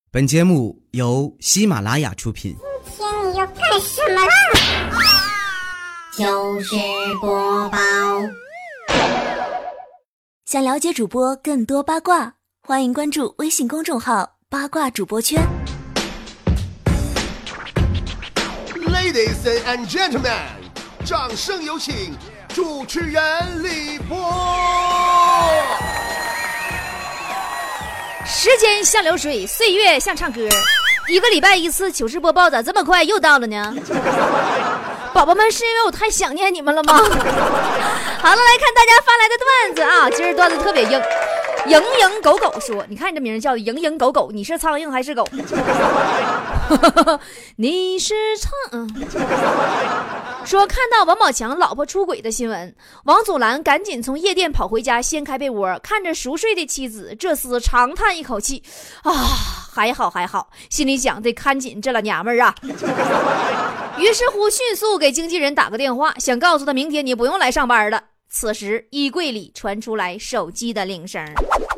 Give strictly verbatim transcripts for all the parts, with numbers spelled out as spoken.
本节目由喜马拉雅出品。 今天你要干什么啦？ 糗事播报。 想了解主播更多八卦，欢迎关注微信公众号八卦主播圈。 Ladies and gentlemen， 掌声有请主持人李波。 时间像流水，岁月像唱歌，一个礼拜一次糗事播报，咋这么快又到了呢？宝宝们，是因为我太想念你们了吗？好了，来看大家发来的段子啊，今儿段子特别硬。蝇营狗狗说，你看你这名叫蝇营狗狗，你是苍蝇还是狗？你是苍嗯。说看到王宝强老婆出轨的新闻，王祖蓝赶紧从夜店跑回家，掀开被窝，看着熟睡的妻子，这厮长叹一口气，啊，还好还好，心里想得看紧这老娘们儿啊。于是乎迅速给经纪人打个电话，想告诉他明天你不用来上班了。此时衣柜里传出来手机的铃声。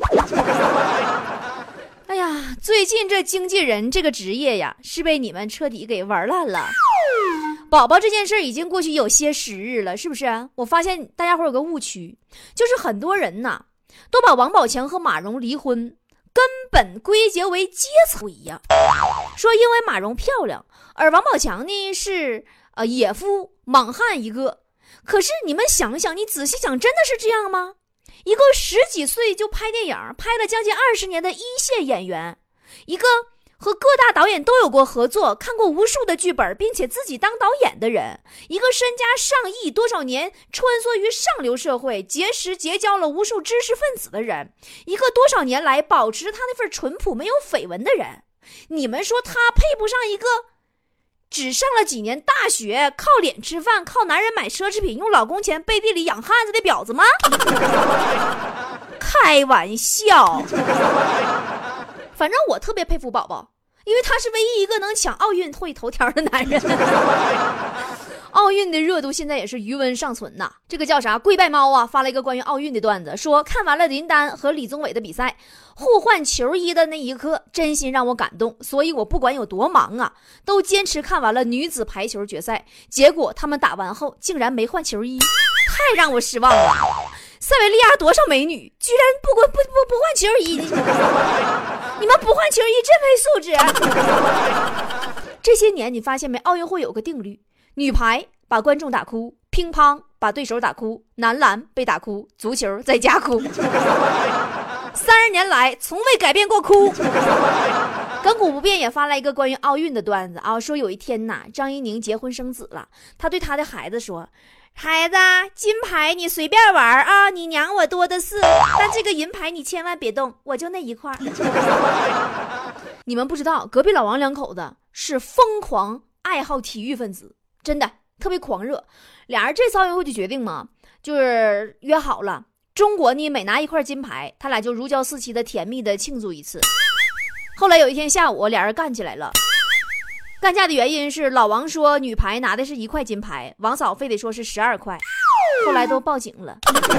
哎呀，最近这经纪人这个职业呀，是被你们彻底给玩烂了。宝宝这件事已经过去有些时日了，是不是？我发现大家伙有个误区，就是很多人呐都把王宝强和马蓉离婚根本归结为阶层不一样，说因为马蓉漂亮，而王宝强呢是呃野夫莽汉一个。可是你们想想，你仔细想，真的是这样吗？一个十几岁就拍电影，拍了将近二十年的一线演员，一个和各大导演都有过合作，看过无数的剧本，并且自己当导演的人，一个身家上亿，多少年穿梭于上流社会，结识结交了无数知识分子的人，一个多少年来保持他那份淳朴没有绯闻的人。你们说他配不上一个只上了几年大学，靠脸吃饭，靠男人买奢侈品，用老公钱背地里养汉子的婊子吗？开玩笑。反正我特别佩服宝宝，因为他是唯一一个能抢奥运会头条的男人。奥运的热度现在也是余温尚存呐。这个叫啥跪拜猫啊，发了一个关于奥运的段子，说看完了林丹和李宗伟的比赛，互换球衣的那一刻真心让我感动，所以我不管有多忙啊，都坚持看完了女子排球决赛。结果他们打完后竟然没换球衣，太让我失望了。塞维利亚多少美女，居然不不不不不换球衣，你们不换球衣真没素质。这些年你发现没，奥运会有个定律，女排把观众打哭，乒乓把对手打哭，男篮被打哭，足球在家哭。三十年来从未改变过哭。亘古不变也发来一个关于奥运的段子啊，说有一天呐，张怡宁结婚生子了，他对他的孩子说，孩子，金牌你随便玩啊，你娘我多的是，但这个银牌你千万别动，我就那一块。你们不知道，隔壁老王两口子是疯狂爱好体育分子，真的特别狂热。俩人这次奥运会就决定嘛，就是约好了，中国呢每拿一块金牌，他俩就如胶似漆的甜蜜的庆祝一次。后来有一天下午，俩人干起来了。干架的原因是老王说女排拿的是一块金牌，王嫂非得说是十二块，后来都报警了。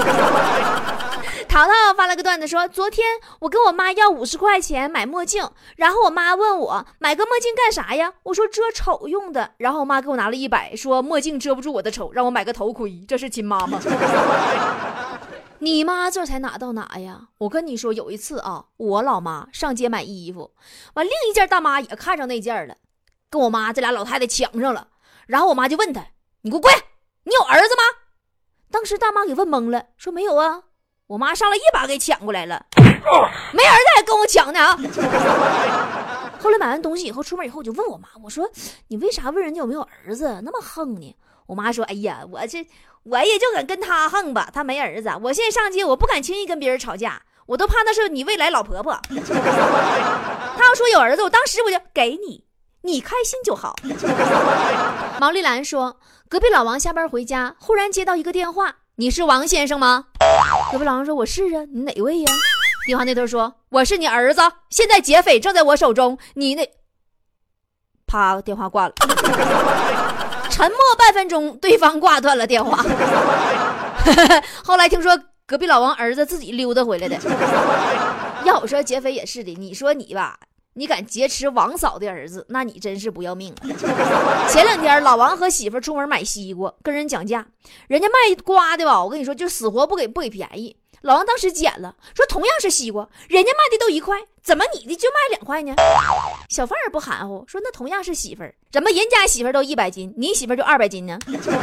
淘淘发了个段子说，昨天我跟我妈要五十块钱买墨镜，然后我妈问我买个墨镜干啥呀，我说遮丑用的，然后我妈给我拿了一百，说墨镜遮不住我的丑，让我买个头盔，这是亲妈妈。你妈这才哪到哪呀？我跟你说，有一次啊，我老妈上街买衣服，完另一件大妈也看上那件了，跟我妈这俩老太太抢上了，然后我妈就问她，你给我跪，你有儿子吗？当时大妈给问懵了，说没有啊。我妈上来一把给抢过来了，没儿子还跟我抢呢啊！后来买完东西以后出门以后，我就问我妈，我说你为啥问人家有没有儿子那么横呢？我妈说，哎呀，我这我也就敢跟他横吧，他没儿子，我现在上街我不敢轻易跟别人吵架，我都怕那是你未来老婆婆。他要说有儿子，我当时我就给你，你开心就好。毛丽兰说，隔壁老王下班回家，忽然接到一个电话，你是王先生吗？隔壁老王说，我是啊，你哪位呀？电话那头说，我是你儿子，现在劫匪正在我手中，你那……啪，电话挂了。沉默半分钟，对方挂断了电话。后来听说隔壁老王儿子自己溜达回来的。要我说劫匪也是的，你说你吧， 你敢劫持王嫂的儿子，那你真是不要命了。前两天老王和媳妇出门买西瓜，跟人讲价，人家卖瓜的吧，我跟你说就死活不给不给便宜。老王当时捡了，说同样是西瓜，人家卖的都一块，怎么你的就卖两块呢？小贩儿不含糊，说那同样是媳妇儿，怎么人家媳妇儿都一百斤，你媳妇儿就二百斤呢？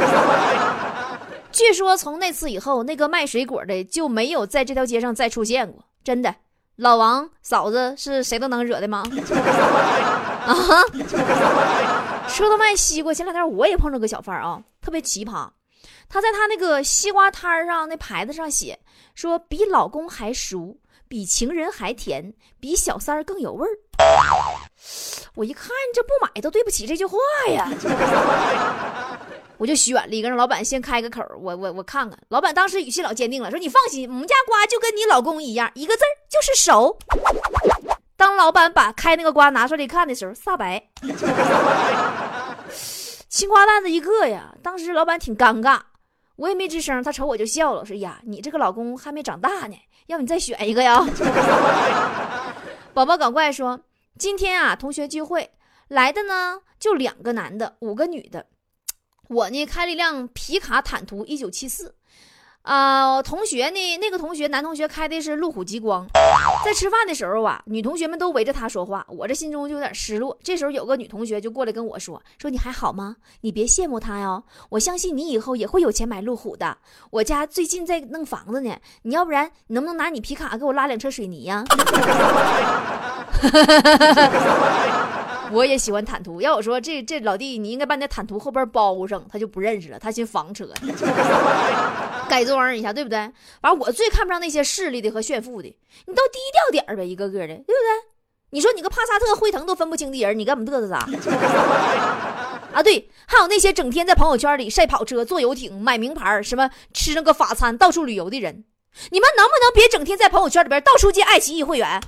据说从那次以后，那个卖水果的就没有在这条街上再出现过，真的。老王嫂子是谁都能惹的吗？啊！说到卖西瓜，前两天我也碰着个小贩啊，特别奇葩。他在他那个西瓜摊上那牌子上写说，比老公还熟，比情人还甜，比小三儿更有味儿。我一看这不买都对不起这句话呀。我就选了一个，让老板先开个口，我我我看看。老板当时语气老坚定了，说你放心，我们家瓜就跟你老公一样，一个字儿就是熟。当老板把开那个瓜拿出来看的时候，煞白，青瓜蛋子一个呀。当时老板挺尴尬，我也没吱声，他瞅我就笑了，说呀，你这个老公还没长大呢，要不你再选一个呀。宝宝搞怪说，今天啊同学聚会来的呢就两个男的，五个女的。我呢开了一辆皮卡坦途一九七四，呃，同学呢那个同学男同学开的是路虎极光。在吃饭的时候啊，女同学们都围着他说话，我这心中就有点失落。这时候有个女同学就过来跟我说，说你还好吗？你别羡慕他哟，我相信你以后也会有钱买路虎的。我家最近在弄房子呢，你要不然你能不能拿你皮卡给我拉两车水泥呀？我也喜欢坦途，要我说这这老弟你应该把你的坦途后边包上，他就不认识了，他寻房车改装一下，对不对？反正我最看不上那些势利的和炫富的，你都低调点呗，一个个的，对不对？你说你个帕萨特辉腾都分不清的人，你干嘛嘚瑟啥？啊对，还有那些整天在朋友圈里晒跑车、坐游艇、买名牌、什么吃那个法餐、到处旅游的人，你们能不能别整天在朋友圈里边到处借爱奇艺会员？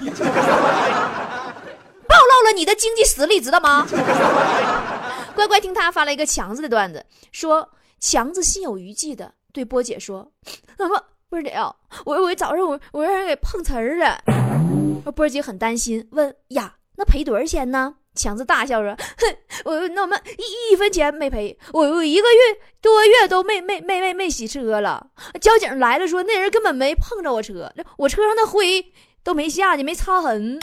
暴露了你的经济实力，知道吗？乖乖听他发了一个强子的段子，说强子心有余悸的对波姐说，怎么波姐啊，我我早上我我让人给碰瓷儿了。波姐很担心，问呀那赔多少钱呢？强子大笑说，哼，我那么一一分钱没赔，我我一个月多月都没没没没没洗车了。交警来了说那人根本没碰着我车，我车上的灰都没下去，没擦痕。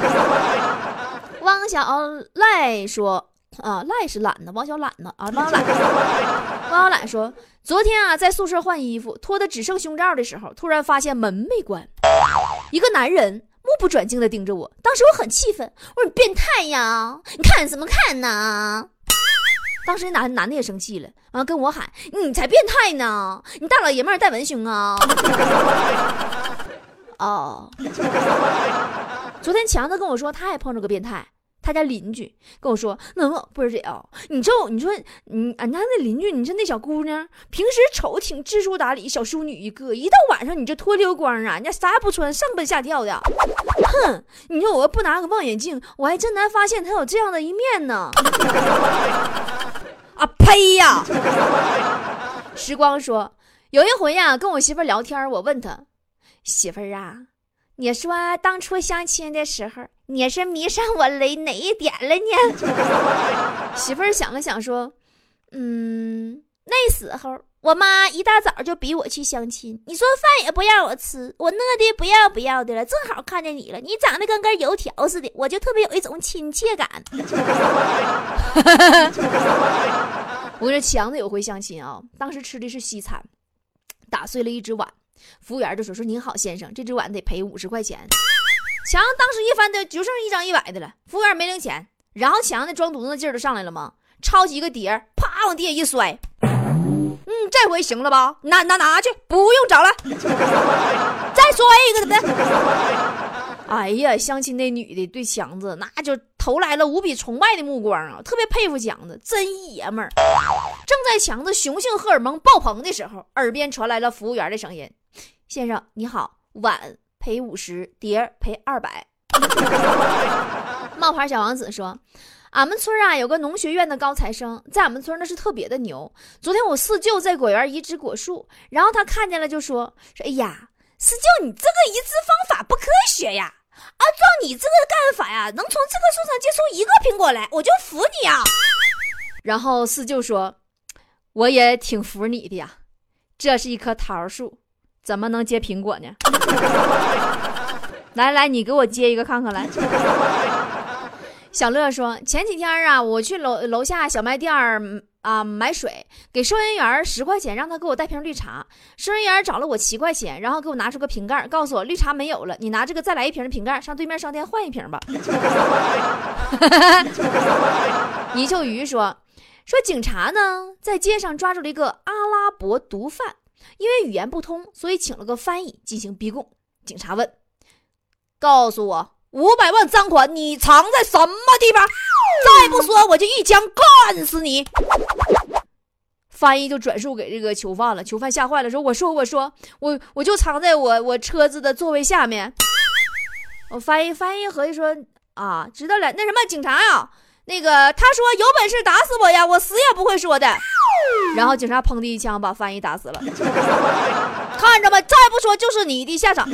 汪小赖说啊，赖是懒的，汪小懒呢啊，汪小懒。汪小懒说，昨天啊在宿舍换衣服，脱的只剩胸罩的时候，突然发现门没关，一个男人目不转睛的盯着我，当时我很气愤，我说你变态呀，你看什么看呢？当时男男的也生气了，完了跟我喊，你才变态呢，你大老爷们儿带文胸啊。哦，昨天强子跟我说他也碰着个变态，他家邻居跟我说，那么不是这样，你就你说你俺家那邻居，你说那小姑娘平时瞅挺知书达理，小淑女一个，一到晚上你就脱溜光啊，人家啥也不穿，上奔下跳的。哼，你说我不拿个望远镜，我还真难发现他有这样的一面呢。啊呸呀！时光说，有一回呀，跟我媳妇聊天，我问她，媳妇儿啊，你说当初相亲的时候，你是迷上我雷哪一点了呢？媳妇儿想了想说，嗯，那时候我妈一大早就逼我去相亲，你说饭也不让我吃，我饿的不要不要的了，正好看见你了，你长得跟根油条似的，我就特别有一种亲切感。我跟这强子有回相亲啊，当时吃的是西餐，打碎了一只碗，服务员就说说您好先生，这只碗得赔五十块钱。强当时一翻的就剩一张一百的了，服务员没零钱，然后强的装犊子的劲儿都上来了嘛，抄起一个碟啪往地下一摔，嗯，这回行了吧？拿拿拿去，不用找了，再摔一个，对不对？哎呀，相亲那女的对强子那就投来了无比崇拜的目光啊，特别佩服强子，真爷们儿。正在强子雄性荷尔蒙爆棚的时候，耳边传来了服务员的声音：“先生你好，碗赔五十，碟赔二百。”冒牌小王子说：“俺们村啊有个农学院的高材生，在俺们村那是特别的牛。昨天我四舅在果园移植果树，然后他看见了就说：说哎呀，四舅你这个移植方法不科学呀！ 照你这个干法呀，能从这棵树上结出一个苹果来，我就服你啊。然后四舅说，我也挺服你的呀，这是一棵桃树，怎么能结苹果呢？来来，你给我接一个看看来。小乐说，前几天啊，我去楼楼下小卖店啊买水，给收银员十块钱，让他给我带瓶绿茶。收银员找了我七块钱，然后给我拿出个瓶盖，告诉我绿茶没有了，你拿这个再来一瓶的瓶盖，上对面商店换一瓶吧。倪秋鱼说，说警察呢在街上抓住了一个阿拉伯毒贩，因为语言不通，所以请了个翻译进行逼供。警察问，告诉我五百万赃款你藏在什么地方？再不说我就一枪干死你。翻译就转述给这个囚犯了，囚犯吓坏了，说我说我说我我就藏在我我车子的座位下面。我翻译翻译合计说，啊知道了，那什么警察呀，那个他说有本事打死我呀，我死也不会说的。然后警察砰的一枪把翻译打死了。看着吧，再不说就是你的下场。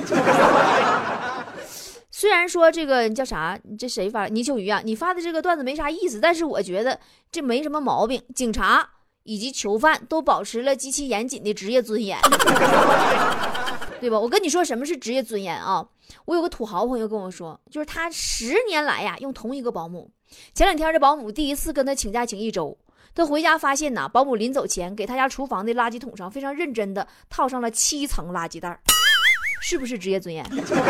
虽然说这个叫啥，这谁发倪秋鱼啊，你发的这个段子没啥意思，但是我觉得这没什么毛病。警察以及囚犯都保持了极其严谨的职业尊严，对吧？我跟你说什么是职业尊严啊？我有个土豪朋友跟我说，就是他十年来呀用同一个保姆，前两天这保姆第一次跟他请假请一周，他回家发现呐，保姆临走前给他家厨房的垃圾桶上非常认真的套上了七层垃圾袋，是不是职业尊严？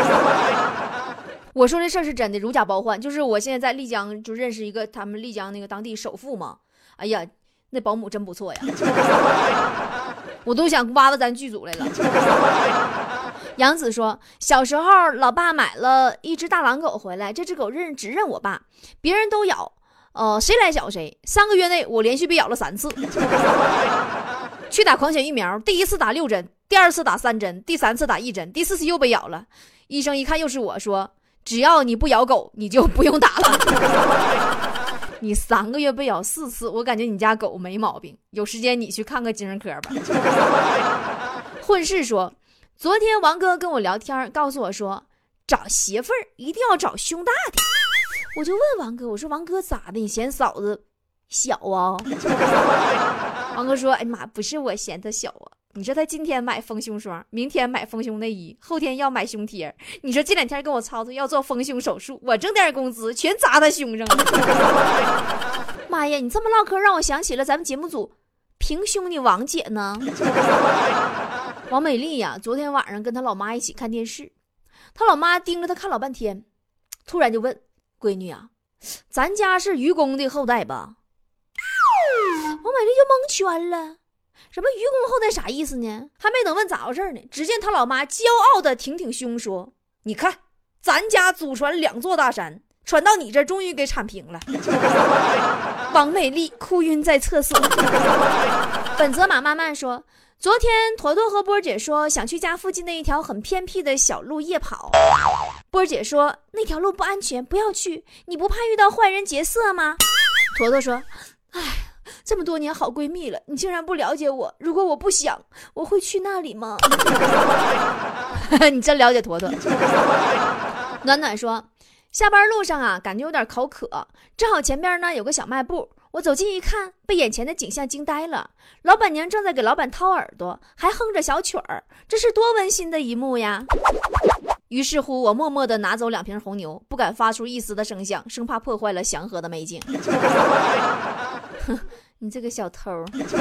我说这事儿是真的，如假包换。就是我现在在丽江就认识一个他们丽江那个当地首富嘛，哎呀，那保姆真不错呀，我都想挖到咱剧组来了。杨子说，小时候老爸买了一只大狼狗回来，这只狗认只认我爸，别人都咬，呃，谁来咬谁。三个月内我连续被咬了三次。去打狂犬疫苗，第一次打六针，第二次打三针，第三次打一针，第四次又被咬了。医生一看又是我，说只要你不咬狗，你就不用打了。你三个月被咬四次，我感觉你家狗没毛病，有时间你去看个精神科吧。混世说，昨天王哥跟我聊天，告诉我说找媳妇儿一定要找胸大的。我就问王哥，我说王哥咋的，你嫌嫂子小啊？王哥说，哎妈，不是我嫌他小啊，你说他今天买丰胸霜，明天买丰胸内衣，后天要买胸贴，你说这两天跟我操作要做丰胸手术，我挣点工资全砸他胸上了。妈呀，你这么唠嗑让我想起了咱们节目组平胸的王姐呢。王美丽呀、啊，昨天晚上跟她老妈一起看电视，她老妈盯着她看老半天，突然就问，闺女啊，咱家是愚公的后代吧？王美丽就蒙圈了，什么愚公后代啥意思呢？还没等问咋回事呢，只见他老妈骄傲的挺挺胸说，你看咱家祖传两座大山，传到你这终于给铲平了。王美丽哭晕在厕所。本泽马慢慢说，昨天坨坨和波姐说想去家附近的一条很偏僻的小路夜跑，波姐说那条路不安全，不要去，你不怕遇到坏人劫色吗？坨坨说，哎，这么多年好闺蜜了，你竟然不了解我，如果我不想，我会去那里吗？你真了解坨坨。暖暖说，下班路上啊，感觉有点口渴，正好前边呢有个小卖部，我走近一看，被眼前的景象惊呆了。老板娘正在给老板掏耳朵，还哼着小曲儿，这是多温馨的一幕呀！于是乎，我默默地拿走两瓶红牛，不敢发出一丝的声响，生怕破坏了祥和的美景。哼，你这个小偷。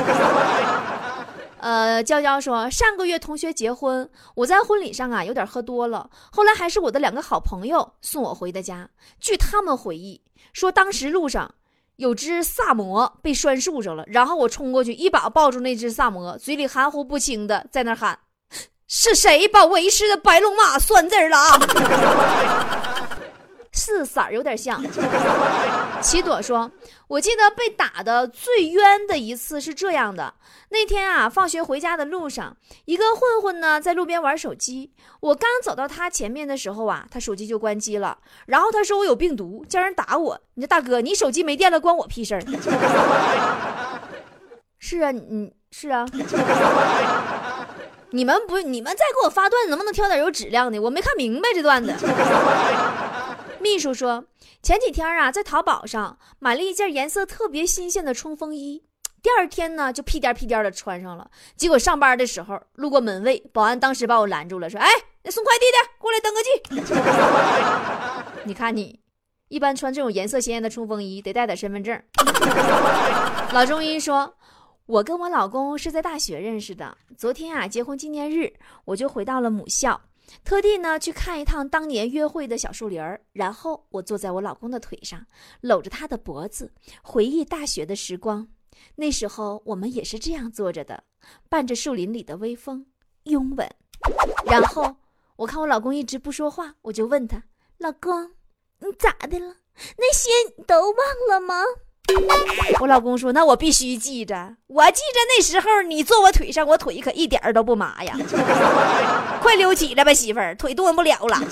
呃，娇娇说，上个月同学结婚，我在婚礼上啊有点喝多了，后来还是我的两个好朋友送我回的家。据他们回忆说，当时路上有只萨摩被拴树上了，然后我冲过去一把抱住那只萨摩，嘴里含糊不清的在那喊，是谁把我遗失的白龙马拴这儿了啊？是色儿有点像。齐朵说，我记得被打的最冤的一次是这样的，那天啊放学回家的路上，一个混混呢在路边玩手机，我刚走到他前面的时候啊，他手机就关机了，然后他说我有病毒，叫人打我。你说大哥，你手机没电了关我屁事儿？是啊，你是啊。 你们不，你们再给我发段子，能不能挑点有质量的？我没看明白这段子。秘书说，前几天啊，在淘宝上买了一件颜色特别新鲜的冲锋衣，第二天呢就屁颠屁颠的穿上了。结果上班的时候路过门卫，保安当时把我拦住了，说：“哎，那送快递的，过来登个记。”你看你，一般穿这种颜色鲜艳的冲锋衣得带点身份证。老中医说，我跟我老公是在大学认识的，昨天啊结婚纪念日，我就回到了母校，特地呢去看一趟当年约会的小树林儿，然后我坐在我老公的腿上，搂着他的脖子，回忆大学的时光。那时候我们也是这样坐着的，伴着树林里的微风，拥吻。然后我看我老公一直不说话，我就问他，老公，你咋的了？那些你都忘了吗？我老公说，那我必须记着，我记着那时候你坐我腿上，我腿可一点都不麻呀。快溜起来吧媳妇儿，腿动不了了。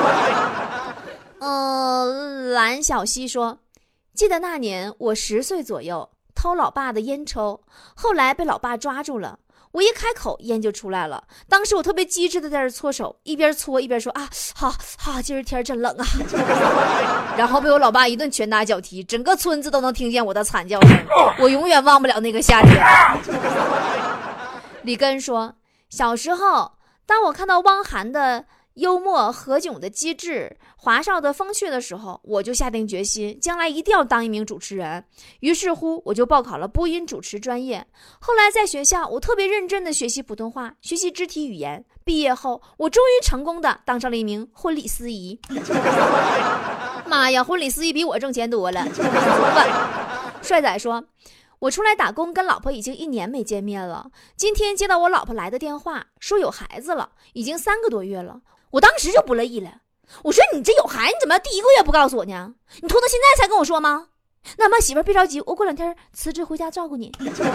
呃，蓝小溪说，记得那年我十岁左右，偷老爸的烟抽，后来被老爸抓住了，我一开口烟就出来了，当时我特别机智的在这搓手，一边搓一边说，啊好好，今儿天真冷啊。然后被我老爸一顿拳打脚踢，整个村子都能听见我的惨叫声，我永远忘不了那个夏天。李根说，小时候当我看到汪涵的幽默、何炅的机智、华少的风趣的时候，我就下定决心将来一定要当一名主持人，于是乎我就报考了播音主持专业。后来在学校我特别认真的学习普通话，学习肢体语言，毕业后我终于成功的当上了一名婚礼司仪。妈呀，婚礼司仪比我挣钱多了，满足吧。帅仔说，我出来打工跟老婆已经一年没见面了，今天接到我老婆来的电话，说有孩子了，已经三个多月了。我当时就不乐意了，我说你这有孩子，你怎么第一个月不告诉我呢？你拖到现在才跟我说吗？那么媳妇儿别着急，我过两天辞职回家照顾你。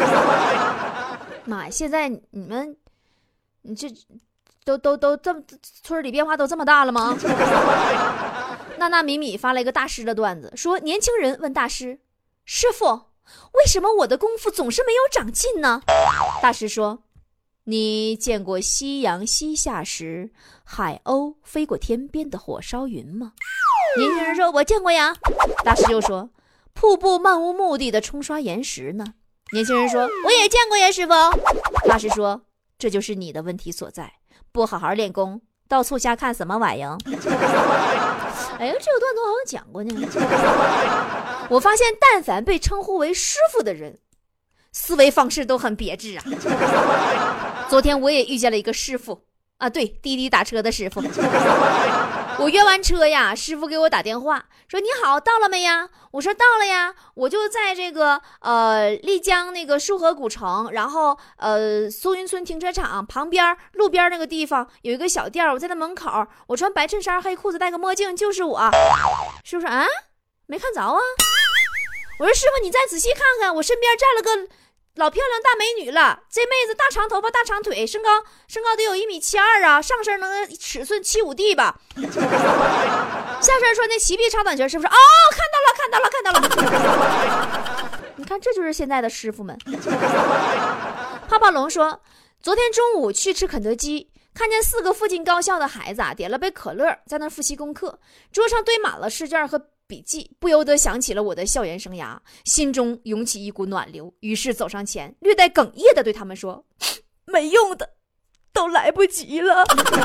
妈呀，现在你们你这都都都这么村里变化都这么大了吗？娜娜米米发了一个大师的段子，说年轻人问大师，师傅，为什么我的功夫总是没有长进呢？大师说，你见过夕阳西下时海鸥飞过天边的火烧云吗？年轻人说，我见过呀。大师又说，瀑布漫无目的的冲刷岩石呢？年轻人说，我也见过呀师傅。大师说，这就是你的问题所在，不好好练功，到处瞎看什么玩意儿。哎呀，这个段子我好像讲过呢。我发现但凡被称呼为师傅的人，思维方式都很别致啊。昨天我也遇见了一个师傅啊，对，滴滴打车的师傅。我约完车呀，师傅给我打电话说，你好，到了没呀？我说到了呀，我就在这个呃丽江那个束河古城，然后呃苏云村停车场旁边路边那个地方有一个小店，我在那门口，我穿白衬衫黑裤子戴个墨镜，就是我。师傅说，啊，没看着啊。我说师傅你再仔细看看，我身边站了个老漂亮大美女了，这妹子大长头发大长腿，身高身高得有一米七二啊，上身能尺寸七五 D 吧，下身穿那齐臂长短裙，是不是？哦，看到了看到了看到了。你看这就是现在的师傅们。泡泡龙说，昨天中午去吃肯德基，看见四个附近高校的孩子啊，点了杯可乐，在那复习功课，桌上堆满了试卷和笔记，不由得想起了我的校园生涯，心中涌起一股暖流，于是走上前，略带哽咽的对他们说，没用的，都来不及了。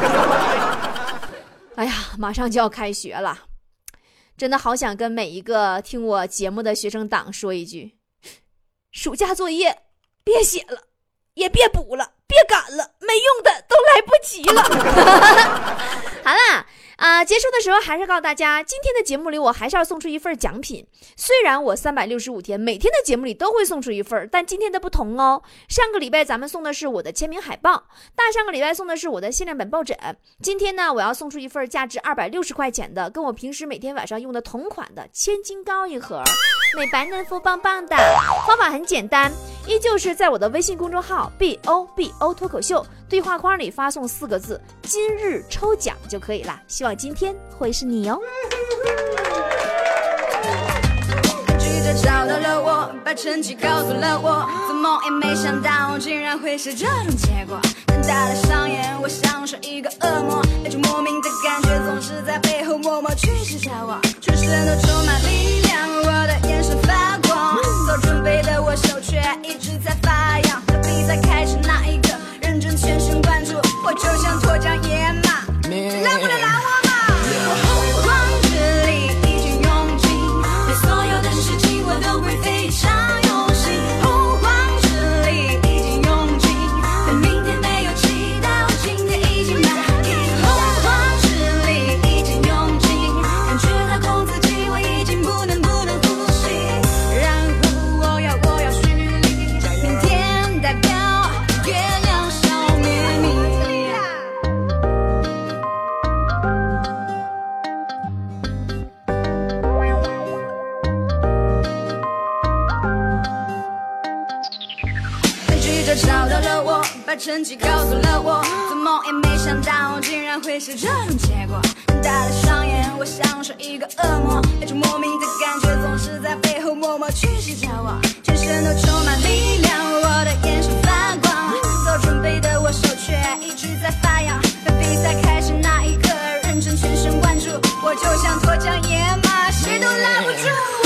哎呀，马上就要开学了，真的好想跟每一个听我节目的学生党说一句，暑假作业别写了，也别补了，别赶了，没用的都来不及了。好啦，啊、呃，结束的时候还是告诉大家，今天的节目里我还是要送出一份奖品。虽然我三百六十五天每天的节目里都会送出一份，但今天的不同哦。上个礼拜咱们送的是我的签名海报，大上个礼拜送的是我的限量版抱枕。今天呢，我要送出一份价值二百六十块钱的，跟我平时每天晚上用的同款的千金膏一盒，美白嫩肤棒棒的。方法很简单，依旧是在我的微信公众号 B O B O 脱口秀对话框里发送四个字今日抽奖就可以了，希望今天会是你哦。 记者找到了我，把成绩告诉了我，怎么也没想到竟然会是这种结果。 大了双眼，我像是一个恶魔，那种莫名的感觉总是在背后默默驱使着我，全身都充满力量，我的眼神发光，做准备的我手却一直在发痒。当比赛开始那一刻，认真全神贯注，我就像脱缰野马，来不了拦我吗？我洪荒之力已经用尽，对所有的事情我都会非常用心。洪荒之力已经用尽，对明天没有期待，我今天已经满意。洪荒之力已经用尽，感觉到空自己，我已经不能不能呼吸。然后我要我要蓄力，明天代表月亮消灭你。很急着找到了我，把成绩告诉了我，做梦也没想到竟然会是这种结果。大了双眼，我像是一个恶魔，那种莫名的感觉总是在背后默默驱使着我，全身都充满力量，我的眼神发光，做准备的我手却一直在发痒。当比赛开始那一刻，认真全神贯注，我就像脱缰野马，谁都拉不住我。